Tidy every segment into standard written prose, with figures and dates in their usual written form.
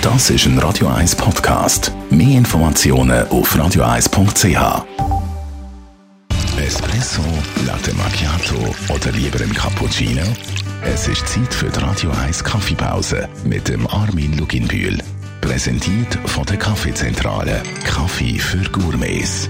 Das ist ein Radio 1 Podcast. Mehr Informationen auf radio1.ch. Espresso, Latte Macchiato oder lieber ein Cappuccino? Es ist Zeit für die Radio 1 Kaffeepause mit dem Armin Luginbühl. Präsentiert von der Kaffeezentrale. Kaffee für Gourmets.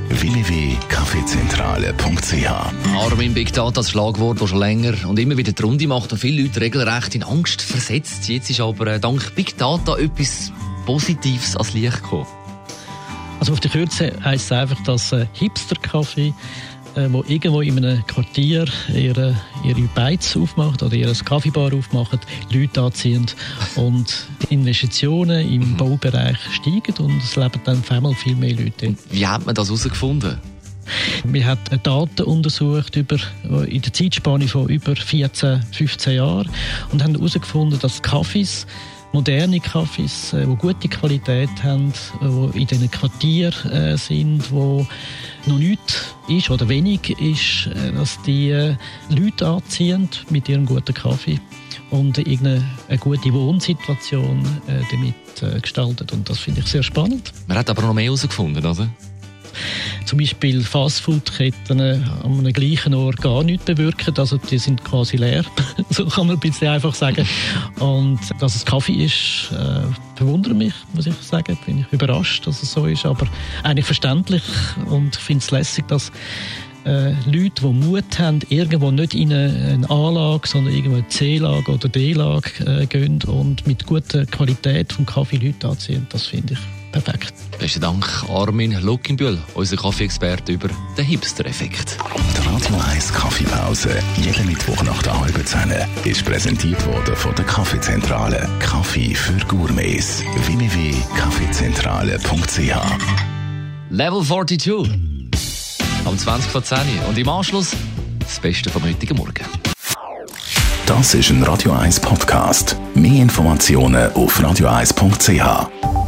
www.kaffeezentrale.ch. Armin, Big Data, das Schlagwort, das schon länger und immer wieder die Runde macht und viele Leute regelrecht in Angst versetzt. Jetzt ist aber dank Big Data etwas Positives ans Licht gekommen. Also auf die Kürze heisst es einfach, dass Hipster-Kaffee, wo irgendwo in einem Quartier ihre Beiz aufmacht oder ihre Kaffeebar aufmacht, Leute anziehen und die Investitionen im Baubereich steigen und es leben dann auf einmal viel mehr Leute. Und wie hat man das herausgefunden? Wir haben Daten untersucht in der Zeitspanne von über 14, 15 Jahren und haben herausgefunden, dass Kaffees, moderne Kaffees, die gute Qualität haben, die in diesen Quartieren sind, wo noch nichts ist oder wenig ist, dass die Leute anziehen mit ihrem guten Kaffee und irgendeine gute Wohnsituation damit gestaltet. Und das finde ich sehr spannend. Man hat aber noch mehr herausgefunden, oder? Zum Beispiel Fastfood-Ketten an einem gleichen Ort gar nichts bewirken. Also die sind quasi leer, so kann man ein bisschen einfach sagen. Und dass es Kaffee ist, verwundert mich, muss ich sagen. Bin ich überrascht, dass es so ist, aber eigentlich verständlich. Und ich finde es lässig, dass Leute, die Mut haben, irgendwo nicht in eine A-Lage, sondern irgendwo eine C-Lage oder D-Lage gehen und mit guter Qualität vom Kaffee Leute anziehen. Das finde ich perfekt. Besten Dank, Armin Luginbühl, unser Kaffee-Experte über den Hipster-Effekt. Die Radio 1 Kaffeepause, jeden Mittwoch nach der 9:30, ist präsentiert worden von der Kaffeezentrale. Kaffee für Gourmets. www.kaffeezentrale.ch. Level 42. Am 20 vor 10 Uhr. Und im Anschluss das Beste vom heutigen Morgen. Das ist ein Radio 1 Podcast. Mehr Informationen auf radio1.ch.